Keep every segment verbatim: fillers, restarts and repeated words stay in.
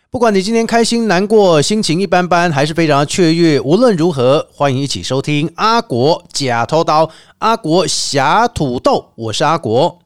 不管你今天开心难过，心情一般般，还是非常的雀跃，无论如何，欢迎一起收听阿国假偷刀，阿国侠土豆，我是阿国。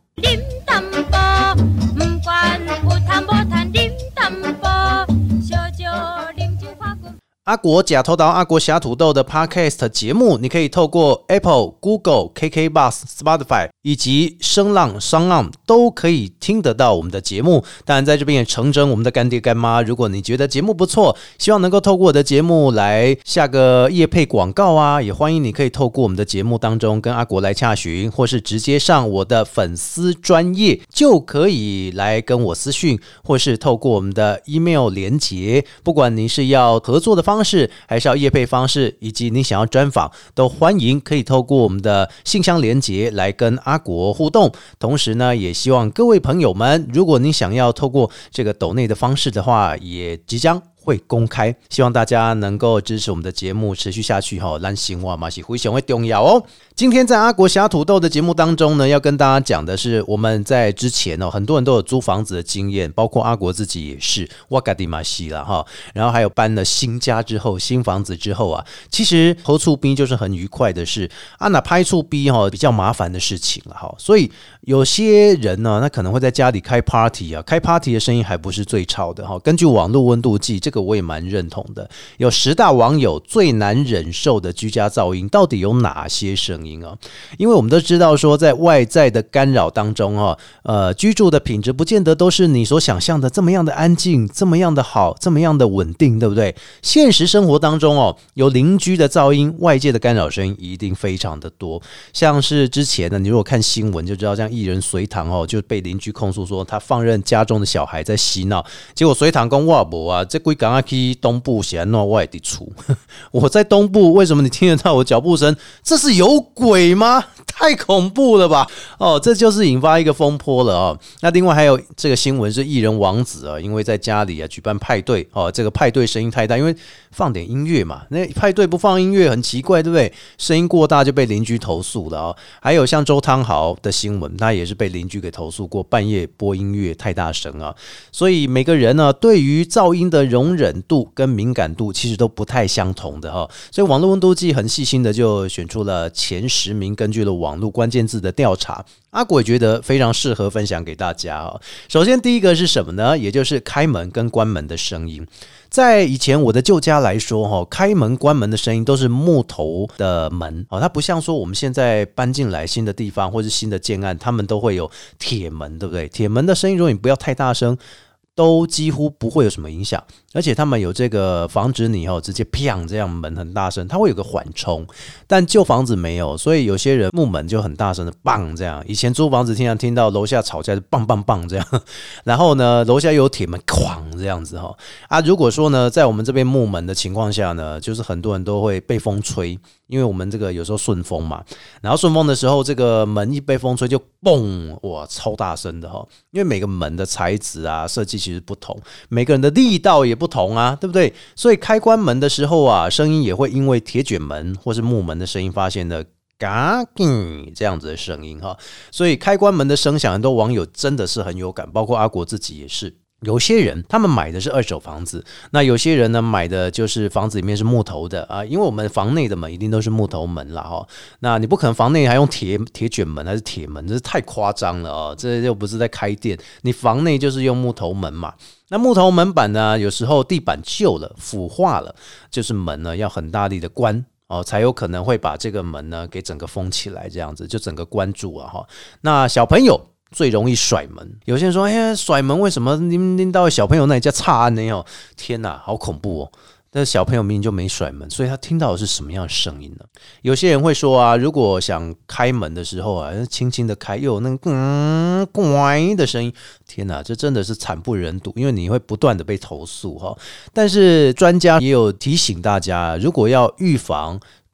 阿国假偷刀，阿国侠土豆的 Podcast 节目，你可以透过 Apple、Google、K K B O X、Spotify 以及声浪、商浪都可以听得到我们的节目。当然，在这边也诚征我们的干爹干妈，如果你觉得节目不错，希望能够透过我的节目来下个业配广告啊，也欢迎你可以透过我们的节目当中跟阿国来洽询，或是直接上我的粉丝专页就可以来跟我私讯，或是透过我们的 email 连结，不管你是要合作的方式。方式还是要业配方式，以及你想要专访，都欢迎可以透过我们的信箱连结来跟阿国互动。同时呢，也希望各位朋友们，如果你想要透过这个抖内的方式的话，也即将会公开，希望大家能够支持我们的节目持续下去哈，咱生活嘛是非常的重要哦。今天在阿国侠土豆的节目当中呢，要跟大家讲的是我们在之前哦，很多人都有租房子的经验，包括阿国自己也是，我自己嘛是啦哈。然后还有搬了新家之后，新房子之后啊，其实投厝边就是很愉快的事啊，那拍厝边哈比较麻烦的事情了哈。所以有些人呢，那可能会在家里开 party 啊，开 party 的声音还不是最吵的哈。根据网络温度计，这个我也蛮认同的。有十大网友最难忍受的居家噪音，到底有哪些声音？因为我们都知道说，在外在的干扰当中哦，呃，居住的品质不见得都是你所想象的这么样的安静，这么样的好，这么样的稳定，对不对？现实生活当中哦，有邻居的噪音，外界的干扰声音一定非常的多。像是之前呢，你如果看新闻就知道，像艺人隋棠哦，就被邻居控诉说他放任家中的小孩在嬉闹，结果隋棠说我没啊，这几天去东部是怎样我也在厝，我在东部，为什么你听得到我脚步声？这是有鬼吗？太恐怖了吧！哦，这就是引发一个风波了哦。那另外还有这个新闻是艺人王子啊，因为在家里啊举办派对哦，这个派对声音太大，因为放点音乐嘛，那派对不放音乐很奇怪，对不对？声音过大就被邻居投诉了哦。还有像周汤豪的新闻，他也是被邻居给投诉过，半夜播音乐太大声啊。所以每个人呢，对于噪音的容忍度跟敏感度其实都不太相同的哈、哦。所以网络温度计很细心的就选出了前十名，根据了网络关键字的调查，阿国也觉得非常适合分享给大家、哦、首先第一个是什么呢？也就是开门跟关门的声音。在以前我的旧家来说，开门关门的声音都是木头的门，它不像说我们现在搬进来新的地方或是新的建案，他们都会有铁门，对不对？铁门的声音如果你不要太大声，都几乎不会有什么影响，而且他们有这个防止你直接砰这样门很大声，它会有个缓冲，但旧房子没有，所以有些人木门就很大声的棒这样。以前租房子经常听到楼下吵架就棒棒棒这样，然后呢楼下有铁门哐这样子啊。如果说呢在我们这边木门的情况下呢，就是很多人都会被风吹，因为我们这个有时候顺风嘛，然后顺风的时候这个门一被风吹就嘣，哇超大声的哈。因为每个门的材质啊设计其实不同，每个人的力道也不同啊，对不对？所以开关门的时候啊，声音也会因为铁卷门或是木门的声音发现的嘎叽这样子的声音哈。所以开关门的声响，很多网友真的是很有感，包括阿国自己也是。有些人他们买的是二手房子，那有些人呢买的就是房子里面是木头的啊，因为我们房内的门一定都是木头门啦哈，那你不可能房内还用铁铁卷门还是铁门，这是太夸张了哦，这又不是在开店，你房内就是用木头门嘛。那木头门板呢，有时候地板旧了腐化了，就是门呢要很大力的关哦，才有可能会把这个门呢给整个封起来，这样子就整个关住啊哈。那小朋友最容易甩门，有些人说：“哎呀，甩门为什么拎拎到小朋友那里叫差案呢？哦，天哪，好恐怖哦！”但是小朋友明明就没甩门，所以他听到的是什么样的声音呢？有些人会说啊，如果想开门的时候啊，轻轻的开，又有那个嗯乖的声音，天哪，这真的是惨不忍睹，因为你会不断的被投诉哈。但是专家也有提醒大家，如果要预防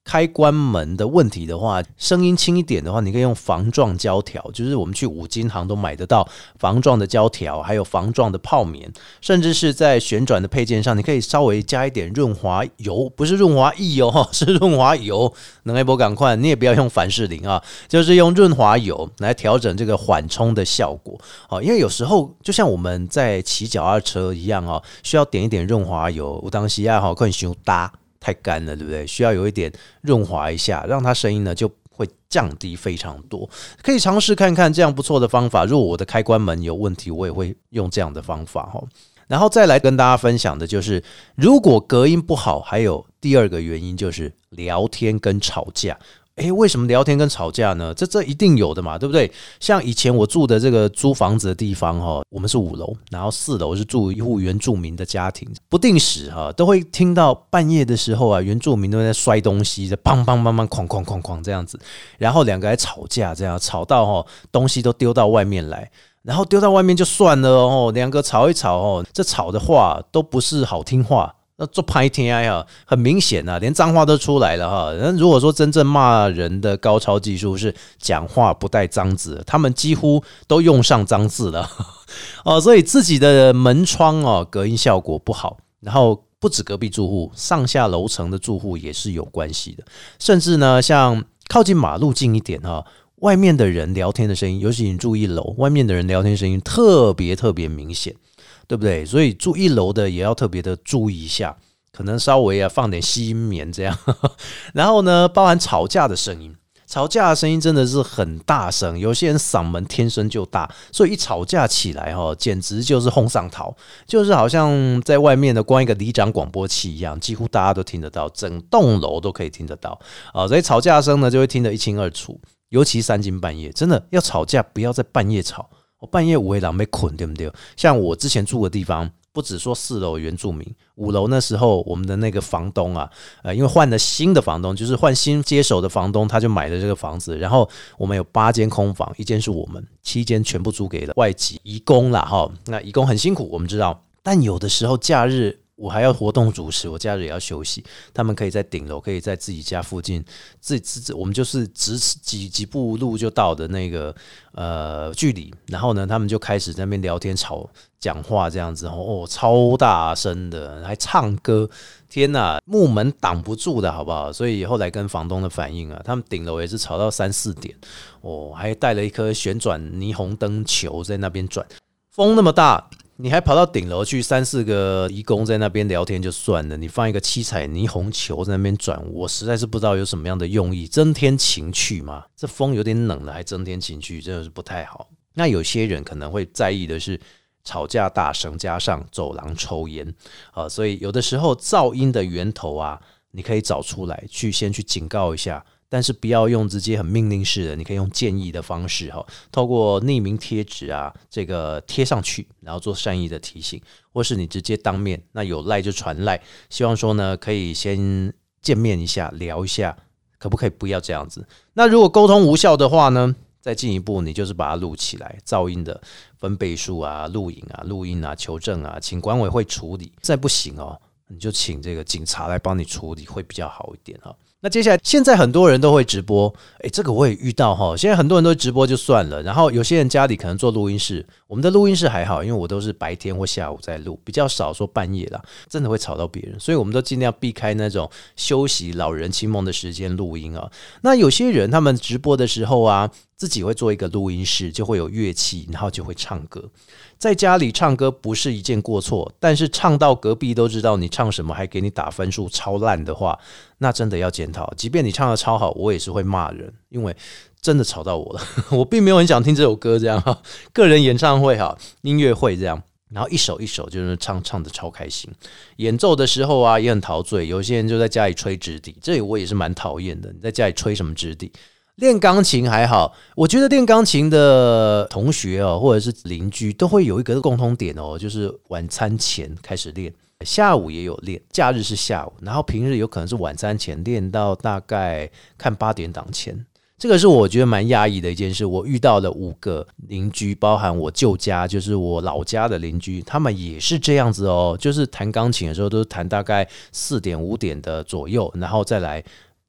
开关门的问题的话，声音轻一点的话，你可以用防撞胶条，就是我们去五金行都买得到防撞的胶条，还有防撞的泡棉，甚至是在旋转的配件上，你可以稍微加一点润滑油，不是润滑液哦，是润滑油。能一波赶快，你也不要用凡士林啊，就是用润滑油来调整这个缓冲的效果。因为有时候就像我们在骑脚踏车一样哦，需要点一点润滑油，有当时啊可能太搭太干了，对不对？需要有一点润滑一下，让它声音呢就会降低非常多。可以尝试看看这样不错的方法。如果我的开关门有问题，我也会用这样的方法。然后再来跟大家分享的就是，如果隔音不好，还有第二个原因就是聊天跟吵架。诶，为什么聊天跟吵架呢？这这一定有的嘛，对不对？像以前我住的这个租房子的地方，我们是五楼，然后四楼是住一户原住民的家庭，不定时都会听到半夜的时候啊，原住民都在摔东西，在砰砰砰砰哐哐哐哐这样子，然后两个在吵架，这样吵到东西都丢到外面来。然后丢到外面就算了哦，两个吵一吵哦，这吵的话都不是好听话，那做拍听啊，很明显啊，连脏话都出来了哈。那如果说真正骂人的高超技术是讲话不带脏字，他们几乎都用上脏字了哦，所以自己的门窗哦隔音效果不好，然后不止隔壁住户，上下楼层的住户也是有关系的，甚至呢，像靠近马路近一点哈。外面的人聊天的声音，尤其你住一楼，外面的人聊天声音特别特别明显，对不对？所以住一楼的也要特别的注意一下，可能稍微啊放点吸音棉这样。然后呢，包含吵架的声音，吵架的声音真的是很大声，有些人嗓门天生就大，所以一吵架起来哈，简直就是轰上头，就是好像在外面的光一个里长广播器一样，几乎大家都听得到，整栋楼都可以听得到啊。所以吵架声呢就会听得一清二楚。尤其三更半夜，真的要吵架，不要在半夜吵。我半夜五人被捆，对不对？像我之前住的地方，不只说四楼原住民，五楼那时候我们的那个房东啊，呃，因为换了新的房东，就是换新接手的房东，他就买了这个房子，然后我们有八间空房，一间是我们，七间全部租给了外籍移工啦哈。那移工很辛苦，我们知道，但有的时候假日。我还要活动主持，我假日也要休息。他们可以在顶楼，可以在自己家附近，自己自我们就是只几几步路就到的那个呃距离。然后呢，他们就开始在那边聊天、吵、讲话这样子，哦，超大声的，还唱歌，天哪，木门挡不住的好不好？所以后来跟房东的反映啊，他们顶楼也是吵到三四点，哦，还带了一颗旋转霓虹灯球在那边转，风那么大。你还跑到顶楼去，三四个移工在那边聊天就算了，你放一个七彩霓虹球在那边转，我实在是不知道有什么样的用意，增添情趣嘛？这风有点冷了，还增添情趣，真的是不太好。那有些人可能会在意的是吵架大声，加上走廊抽烟，呃，所以有的时候噪音的源头啊，你可以找出来，去先去警告一下。但是不要用直接很命令式的，你可以用建议的方式，透过匿名贴纸啊，这个贴上去，然后做善意的提醒，或是你直接当面，那有赖就传赖，希望说呢可以先见面一下，聊一下，可不可以不要这样子？那如果沟通无效的话呢，再进一步，你就是把它录起来，噪音的分贝数啊、录影啊、录音啊、求证啊，请管委会处理。再不行哦，你就请这个警察来帮你处理，会比较好一点哈。那接下来，现在很多人都会直播，诶，这个我也遇到哈。现在很多人都直播就算了，然后有些人家里可能做录音室，我们的录音室还好，因为我都是白天或下午在录，比较少说半夜啦，真的会吵到别人，所以我们都尽量避开那种休息、老人清梦的时间录音啊。那有些人他们直播的时候啊，自己会做一个录音室，就会有乐器，然后就会唱歌。在家里唱歌不是一件过错，但是唱到隔壁都知道你唱什么，还给你打分数超烂的话，那真的要检讨。即便你唱得超好，我也是会骂人，因为真的吵到我了。我并没有很想听这首歌，这样个人演唱会哈，音乐会这样，然后一首一首就是唱唱得超开心。演奏的时候啊，也很陶醉。有些人就在家里吹直笛，这我也是蛮讨厌的。你在家里吹什么直笛？练钢琴还好，我觉得练钢琴的同学哦，或者是邻居都会有一个共同点哦，就是晚餐前开始练，下午也有练，假日是下午，然后平日有可能是晚餐前练到大概看八点档前。这个是我觉得蛮压抑的一件事。我遇到了五个邻居，包含我舅家，就是我老家的邻居，他们也是这样子哦，就是弹钢琴的时候都是弹大概四点五点的左右，然后再来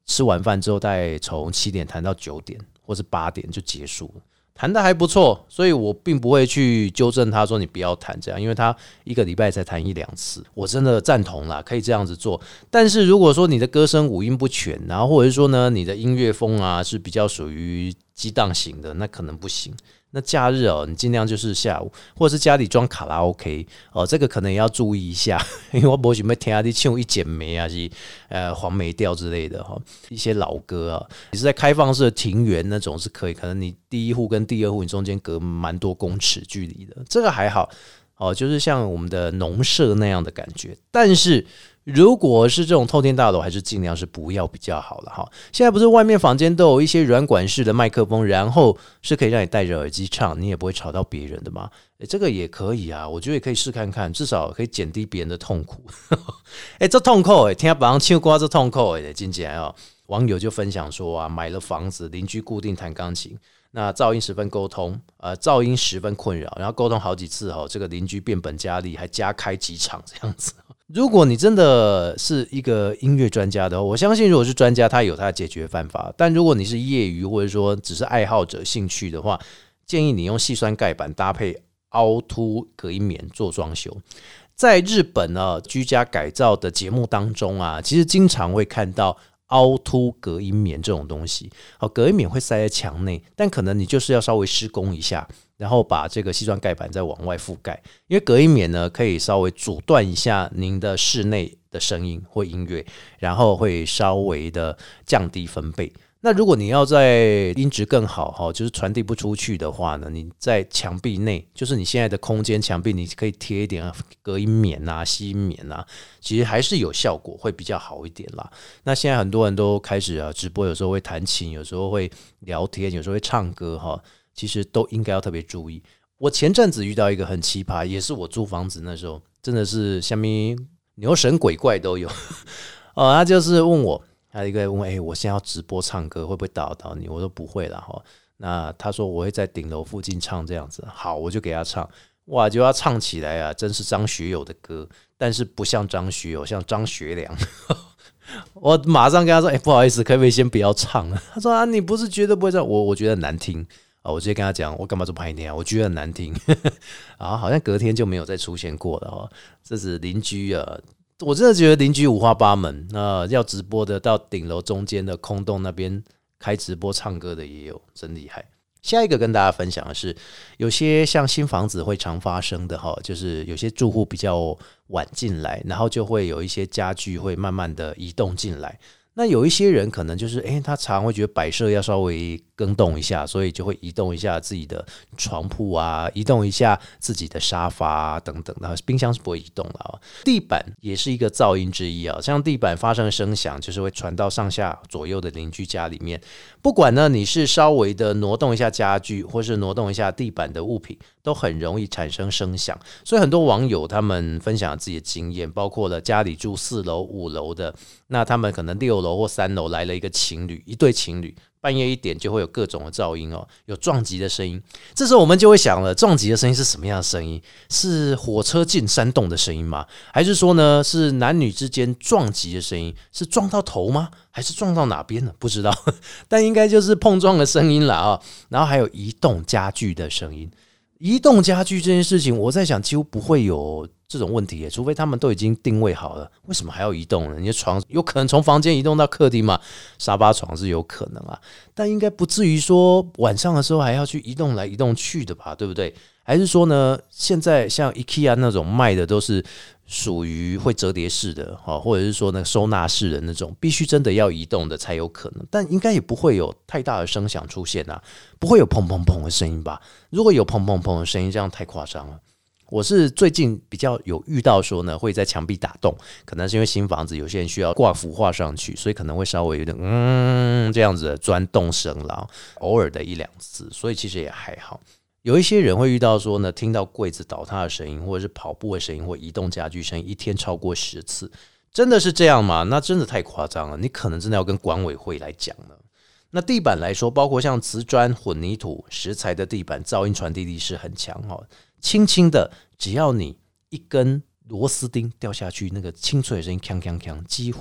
吃完饭之后大概从七点弹到九点或是八点就结束了，弹的还不错，所以我并不会去纠正他说你不要弹这样，因为他一个礼拜才弹一两次，我真的赞同啦，可以这样子做。但是如果说你的歌声五音不全，然后或者是说呢你的音乐风啊是比较属于激荡型的，那可能不行。那假日哦，你尽量就是下午，或者是家里装卡拉 OK 哦，这个可能也要注意一下，因为我不想要听你唱一剪梅啊，是呃黄梅调之类的哈、哦，一些老歌啊，你是在开放式的庭园那种是可以，可能你第一户跟第二户你中间隔蛮多公尺距离的，这个还好哦，就是像我们的农舍那样的感觉，但是。如果是这种透天大楼，还是尽量是不要比较好了哈。现在不是外面房间都有一些软管式的麦克风，然后是可以让你戴着耳机唱，你也不会吵到别人的嘛？欸、这个也可以啊，我觉得也可以试看看，至少可以减低别人的痛苦。哎、欸，这痛苦哎、欸，听别人唱歌这痛苦哎、欸，真的哦。网友就分享说啊，买了房子，邻居固定弹钢琴。那噪音十分沟通，呃，噪音十分困扰，然后沟通好几次哦，这个邻居变本加厉，还加开几场这样子。如果你真的是一个音乐专家的话，我相信如果是专家，他有他的解决办法。但如果你是业余或者说只是爱好者兴趣的话，建议你用细酸盖板搭配凹凸隔音棉做装修。在日本呢，居家改造的节目当中啊，其实经常会看到。凹凸隔音棉这种东西，好，隔音棉会塞在墙内，但可能你就是要稍微施工一下，然后把这个细砖盖板再往外覆盖，因为隔音棉呢可以稍微阻断一下您的室内的声音或音乐，然后会稍微的降低分贝。那如果你要在音质更好，就是传递不出去的话呢，你在墙壁内，就是你现在的空间墙壁，你可以贴一点隔音棉啊、吸音棉啊，其实还是有效果，会比较好一点啦。那现在很多人都开始啊直播，有时候会弹琴，有时候会聊天，有时候会唱歌哈，其实都应该要特别注意。我前阵子遇到一个很奇葩，也是我租房子那时候，真的是下面牛神鬼怪都有哦，他就是问我。他一个人问：“哎、欸，我现在要直播唱歌，会不会打扰到你？”我说：“不会啦。”哈，那他说：“我会在顶楼附近唱这样子。”好，我就给他唱。哇，就要唱起来啊，真是张学友的歌，但是不像张学友，像张学良。我马上跟他说：“哎、欸，不好意思，可不可以先不要唱了？”他说：“啊，你不是觉得不会唱？我我觉得很难听啊！”我直接跟他讲：“我干嘛这么拍你啊？我觉得很难听。”啊，好像隔天就没有再出现过了哈。这是邻居啊。我真的觉得邻居五花八门，那要直播的到顶楼中间的空洞那边开直播唱歌的也有，真厉害。下一个跟大家分享的是，有些像新房子会常发生的哈，就是有些住户比较晚进来，然后就会有一些家具会慢慢的移动进来。那有一些人可能就是，哎，他常会觉得摆设要稍微更动一下，所以就会移动一下自己的床铺啊，移动一下自己的沙发啊等等的，冰箱是不会移动的啊。地板也是一个噪音之一啊，像地板发生声响，就是会传到上下左右的邻居家里面。不管呢你是稍微的挪动一下家具，或是挪动一下地板的物品，都很容易产生声响。所以很多网友他们分享自己的经验，包括了家里住四楼、五楼的，那他们可能六楼或三楼来了一个情侣，一对情侣，半夜一点就会有各种的噪音哦，有撞击的声音。这时候我们就会想了，撞击的声音是什么样的声音？是火车进山洞的声音吗？还是说呢，是男女之间撞击的声音？是撞到头吗？还是撞到哪边呢？不知道，但应该就是碰撞的声音啦啊。然后还有移动家具的声音。移动家具这件事情，我在想几乎不会有这种问题耶，除非他们都已经定位好了，为什么还要移动呢？你的床有可能从房间移动到客厅嘛？沙发床是有可能啊，但应该不至于说晚上的时候还要去移动来移动去的吧，对不对？还是说呢，现在像 IKEA 那种卖的都是属于会折叠式的，或者是说那个收纳式的那种，必须真的要移动的才有可能，但应该也不会有太大的声响出现啊，不会有砰砰砰的声音吧？如果有砰砰砰的声音，这样太夸张了。我是最近比较有遇到说呢，会在墙壁打洞，可能是因为新房子有些人需要挂幅画上去，所以可能会稍微有点嗯这样子的钻洞声啦，偶尔的一两次，所以其实也还好。有一些人会遇到说呢，听到柜子倒塌的声音，或者是跑步的声音，或移动家具声音，一天超过十次，真的是这样吗？那真的太夸张了，你可能真的要跟管委会来讲了。那地板来说，包括像瓷砖、混凝土、石材的地板，噪音传递力是很强哦。轻轻的，只要你一根螺丝钉掉下去，那个清脆的声音锵锵锵，几乎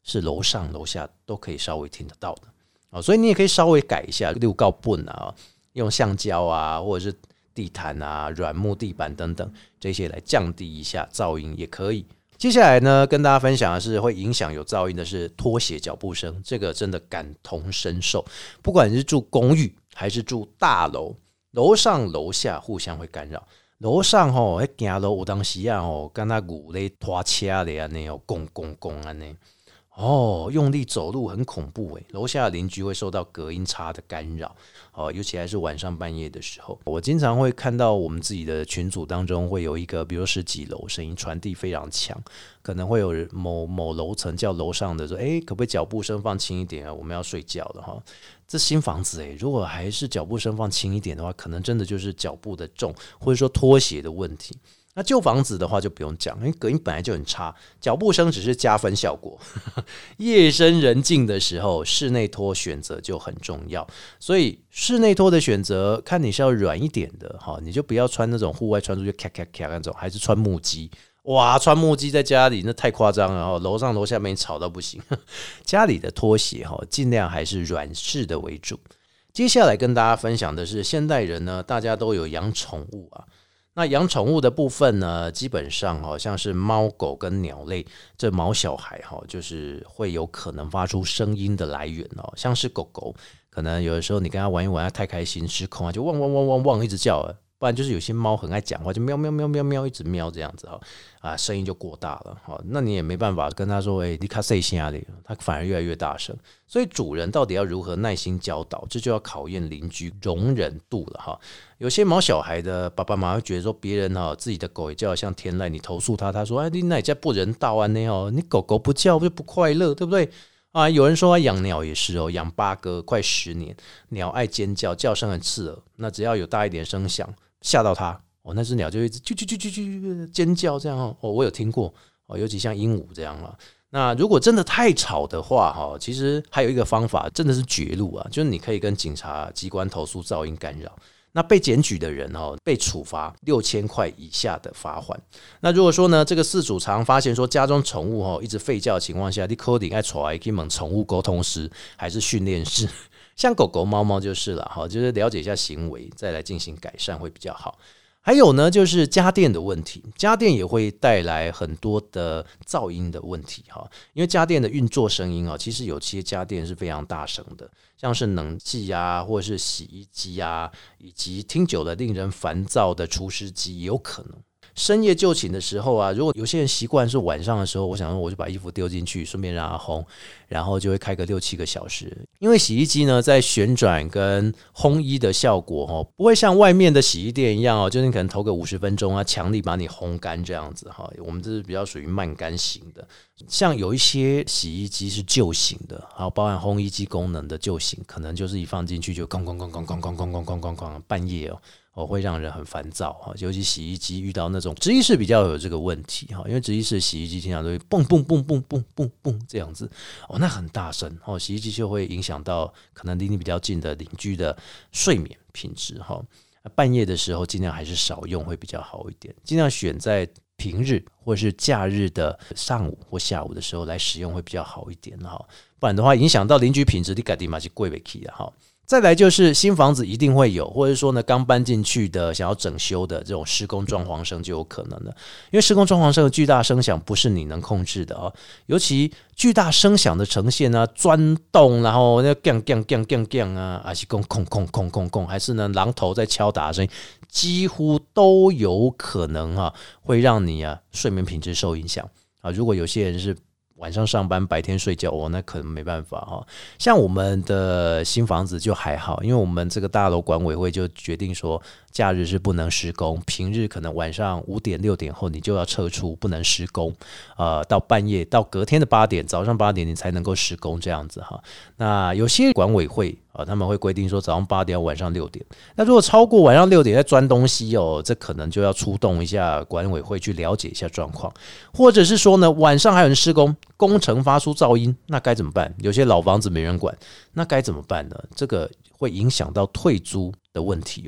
是楼上楼下都可以稍微听得到的、哦、所以你也可以稍微改一下六告本啊，用橡胶啊，或者是地毯啊、软木地板等等这些来降低一下噪音也可以。接下来呢，跟大家分享的是会影响有噪音的是拖鞋脚步声，这个真的感同身受。不管你是住公寓还是住大楼，楼上楼下互相会干扰。楼上吼，迄行路有当时啊吼，敢若牛咧拖车咧安尼哦，咣咣咣安尼。哦，用力走路很恐怖诶，楼下的邻居会受到隔音差的干扰哦，尤其还是晚上半夜的时候。我经常会看到我们自己的群组当中会有一个，比如十几楼，声音传递非常强，可能会有某某楼层叫楼上的说，哎，可不可以脚步声放轻一点啊？我们要睡觉了哈。这新房子诶，如果还是脚步声放轻一点的话，可能真的就是脚步的重，或者说拖鞋的问题。那旧房子的话就不用讲，因为隔音本来就很差，脚步声只是加分效果。夜深人静的时候，室内拖选择就很重要。所以室内拖的选择，看你是要软一点的，你就不要穿那种户外穿出去咔咔咔那种，还是穿木屐。哇，穿木屐在家里那太夸张了，楼上楼下没吵到不行。家里的拖鞋尽量还是软式的为主。接下来跟大家分享的是，现代人呢，大家都有养宠物啊。那养宠物的部分呢，基本上好像是猫狗跟鸟类，这毛小孩就是会有可能发出声音的来源哦。像是狗狗，可能有的时候你跟它玩一玩，它太开心失控啊，就汪汪汪汪汪一直叫了。不然就是有些猫很爱讲话，就喵喵喵喵喵一直喵这样子啊，声音就过大了。那你也没办法跟他说，哎、欸，你看谁声的，他反而越来越大声。所以主人到底要如何耐心教导，这就要考验邻居容忍度了哈。有些毛小孩的爸爸妈妈会觉得说，别人哈自己的狗也叫得像天籁，你投诉他，他说，哎，你那叫不人道啊，那哦，你狗狗不叫就不快乐，对不对？啊，有人说他养鸟也是哦，养八哥快十年，鸟爱尖叫，叫声很刺耳，那只要有大一点声响。吓到它哦，那只鸟就一直啾啾啾啾啾尖叫这样哦，我有听过哦，尤其像鹦鹉这样了。那如果真的太吵的话哈，其实还有一个方法，真的是绝路啊，就是你可以跟警察机关投诉噪音干扰。那被检举的人哦，被处罚六千块以下的罚款。那如果说呢，这个饲主常发现说家中宠物哦一直吠叫的情况下，你可能要带去问宠物沟通师还是训练师。像狗狗猫猫就是了，就是了解一下行为再来进行改善会比较好。还有呢，就是家电的问题，家电也会带来很多的噪音的问题，因为家电的运作声音其实有些家电是非常大声的，像是冷气啊，或者是洗衣机啊，以及听久了令人烦躁的除湿机也有可能。深夜就寝的时候啊，如果有些人习惯是晚上的时候，我想说我就把衣服丢进去，顺便让它烘，然后就会开个六七个小时。因为洗衣机呢，在旋转跟烘衣的效果哦，不会像外面的洗衣店一样哦，就是你可能投个五十分钟啊，强力把你烘干这样子哈。我们这是比较属于慢干型的，像有一些洗衣机是旧型的，还有包含烘衣机功能的旧型，可能就是一放进去就咣咣咣咣咣咣咣咣咣咣咣，半夜哦。哦，会让人很烦躁，尤其洗衣机遇到那种直立式比较有这个问题，因为直立式洗衣机经常都会蹦蹦蹦蹦蹦蹦蹦这样子，哦，那很大声，哦，洗衣机就会影响到可能离你比较近的邻居的睡眠品质，半夜的时候尽量还是少用会比较好一点，尽量选在平日或是假日的上午或下午的时候来使用会比较好一点，不然的话影响到邻居品质，你自己嘛是过不去的。再来就是新房子一定会有，或者说呢刚搬进去的想要整修的这种施工装潢声就有可能了，因为施工装潢声的巨大声响不是你能控制的哦，尤其巨大声响的呈现啊，钻洞然后那锵锵锵锵锵啊，还是空空空空空空，还是呢榔头在敲打的声音，几乎都有可能啊会让你啊睡眠品质受影响啊。如果有些人是晚上上班白天睡觉，哦，那可能没办法哈。像我们的新房子就还好，因为我们这个大楼管委会就决定说，假日是不能施工，平日可能晚上五点六点后你就要撤出，不能施工，呃，到半夜到隔天的八点，早上八点你才能够施工这样子哈。那有些管委会啊，他们会规定说早上八点晚上六点，那如果超过晚上六点在钻东西哦，这可能就要出动一下管委会去了解一下状况，或者是说呢晚上还有人施工，工程发出噪音，那该怎么办？有些老房子没人管，那该怎么办呢？这个会影响到退租的问题哦。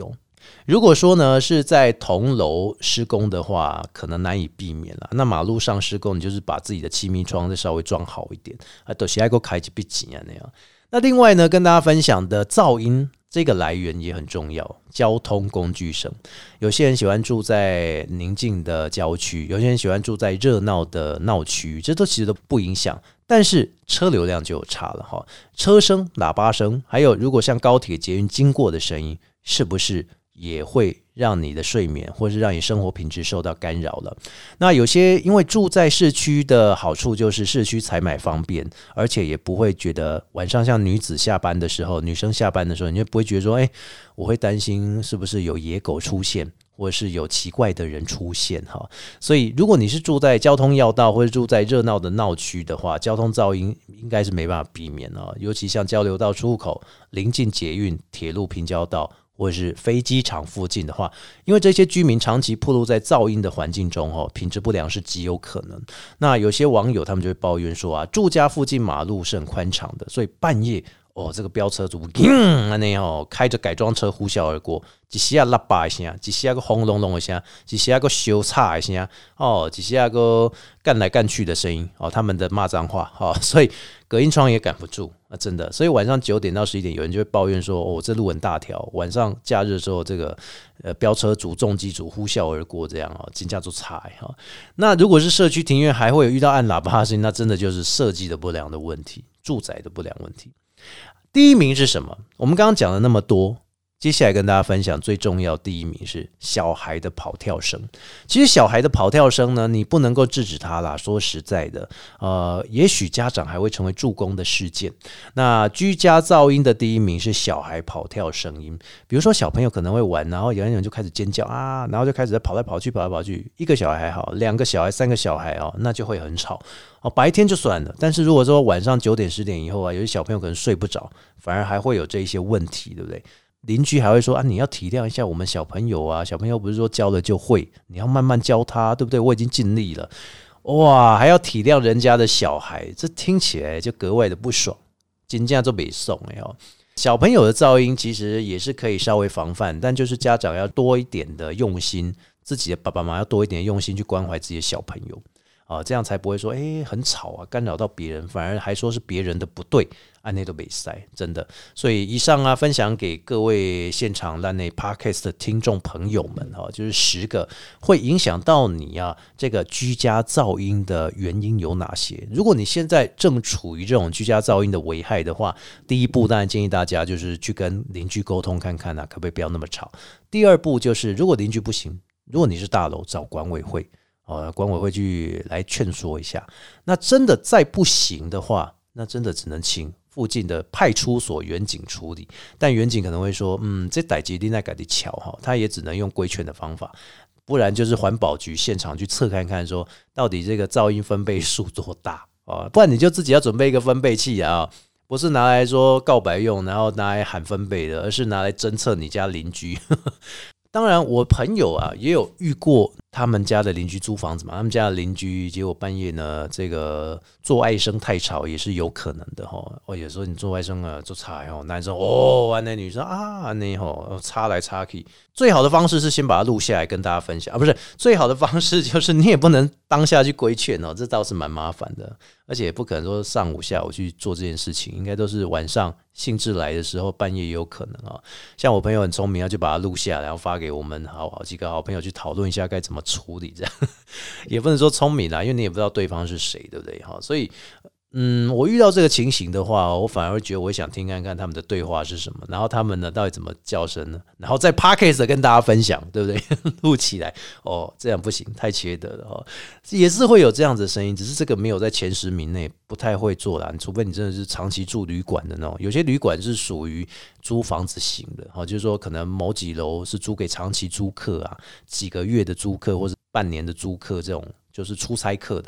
如果说呢是在同楼施工的话，可能难以避免啦。那马路上施工，你就是把自己的气密窗再稍微装好一点啊，都是还够开几笔钱啊那样。那另外呢，跟大家分享的噪音这个来源也很重要，交通工具声。有些人喜欢住在宁静的郊区，有些人喜欢住在热闹的闹区，这都其实都不影响。但是车流量就有差了哈，车声、喇叭声，还有如果像高铁、捷运经过的声音，是不是也会让你的睡眠或是让你生活品质受到干扰了？那有些因为住在市区的好处就是市区采买方便，而且也不会觉得晚上像女子下班的时候，女生下班的时候，你就不会觉得说，哎、欸，我会担心是不是有野狗出现，或是有奇怪的人出现哈。所以如果你是住在交通要道或者住在热闹的闹区的话，交通噪音应该是没办法避免啊。尤其像交流道出入口、临近捷运、铁路平交道，或者是飞机场附近的话，因为这些居民长期暴露在噪音的环境中，品质不良是极有可能。那有些网友他们就会抱怨说啊，住家附近马路是很宽敞的，所以半夜哦，这个飙车族那样哦，开着改装车呼啸而过，一下喇叭一下，一下个轰隆隆一下，一下个修叉一下，哦，一下个干来干去的声音哦，他们的骂脏话哦，所以隔音窗也赶不住啊，真的。所以晚上九点到十一点，有人就会抱怨说，哦，这路很大条，晚上假日的时候，这个呃飙车族、重机族呼啸而过，这样哦，真叫做差哈、哦。那如果是社区庭院还会有遇到按喇叭的声音，那真的就是设计的不良的问题，住宅的不良问题。第一名是什么？我们刚刚讲了那么多，接下来跟大家分享最重要第一名是小孩的跑跳声。其实小孩的跑跳声呢，你不能够制止他啦。说实在的，呃，也许家长还会成为助攻的事件。那居家噪音的第一名是小孩跑跳声音。比如说小朋友可能会玩，然后有人就开始尖叫啊，然后就开始在跑来跑去，跑来跑去。一个小孩还好，两个小孩、三个小孩哦，那就会很吵。哦，白天就算了，但是如果说晚上九点十点以后啊，有些小朋友可能睡不着，反而还会有这一些问题，对不对？邻居还会说啊，你要体谅一下我们小朋友啊，小朋友不是说教了就会，你要慢慢教他，对不对？我已经尽力了，哇，还要体谅人家的小孩，这听起来就格外的不爽，真的就不爽哎哦。小朋友的噪音其实也是可以稍微防范，但就是家长要多一点的用心，自己的爸爸妈妈要多一点用心去关怀自己的小朋友。啊，这样才不会说，哎、欸，很吵啊，干扰到别人，反而还说是别人的不对，按内都没塞，真的。所以以上啊，分享给各位现场烂内 Podcast 的听众朋友们哈，就是十个会影响到你啊这个居家噪音的原因有哪些？如果你现在正处于这种居家噪音的危害的话，第一步当然建议大家就是去跟邻居沟通看看啊，可不可以不要那么吵。第二步就是，如果邻居不行，如果你是大楼，找管委会。呃，管委会去来劝说一下。那真的再不行的话，那真的只能请附近的派出所员警处理。但员警可能会说，嗯，这代志一定在改的巧哈，他也只能用规劝的方法，不然就是环保局现场去测看看，说到底这个噪音分贝数多大啊？不然你就自己要准备一个分贝器啊。不是拿来说告白用，然后拿来喊分贝的，而是拿来侦测你家邻居。当然，我朋友啊也有遇过他们家的邻居租房子嘛，他们家的邻居结果半夜呢，这个做爱声太吵也是有可能的哈。哦，有时候你做爱声啊，做差哦，男生哦，完了女生啊，那吼插来插去。最好的方式是先把它录下来跟大家分享啊，不是最好的方式就是你也不能当下去规劝哦，这倒是蛮麻烦的，而且也不可能说上午下午去做这件事情，应该都是晚上兴致来的时候，半夜也有可能啊。像我朋友很聪明，他就把它录下来，然后发给我们好好几个好朋友去讨论一下该怎么处理，这样也不能说聪明啦，因为你也不知道对方是谁，对不对？所以嗯，我遇到这个情形的话，我反而会觉得我想听看看他们的对话是什么，然后他们呢到底怎么叫声呢？然后在 Podcast 跟大家分享，对不对？录起来哦，这样不行，太缺德了哦。也是会有这样子的声音，只是这个没有在前十名内，不太会做啦。除非你真的是长期住旅馆的那种，有些旅馆是属于租房子型的，哦，就是说可能某几楼是租给长期租客啊，几个月的租客或者半年的租客这种。就是出差客的、啊，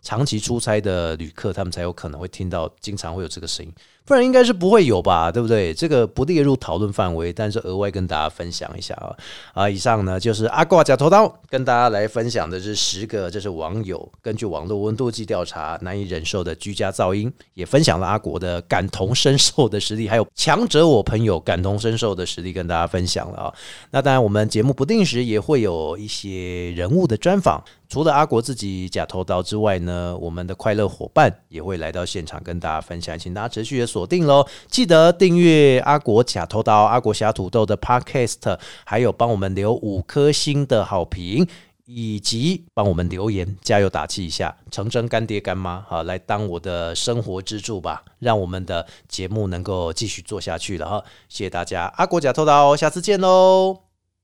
长期出差的旅客，他们才有可能会听到，经常会有这个声音，不然应该是不会有吧，对不对？这个不列入讨论范围，但是额外跟大家分享一下啊。啊，以上呢就是阿瓜假头刀跟大家来分享的是十个，这是网友根据网络温度计调查难以忍受的居家噪音，也分享了阿国的感同身受的实力，还有强者我朋友感同身受的实力跟大家分享了啊。那当然，我们节目不定时也会有一些人物的专访。除了阿国自己假头刀之外呢，我们的快乐伙伴也会来到现场跟大家分享，请大家持续的锁定咯，记得订阅阿国假头刀、阿国侠土豆的 Podcast， 还有帮我们留五颗星的好评，以及帮我们留言加油打气一下，诚征干爹干妈好来当我的生活支柱吧，让我们的节目能够继续做下去了哈。谢谢大家，阿国假头刀，下次见喽。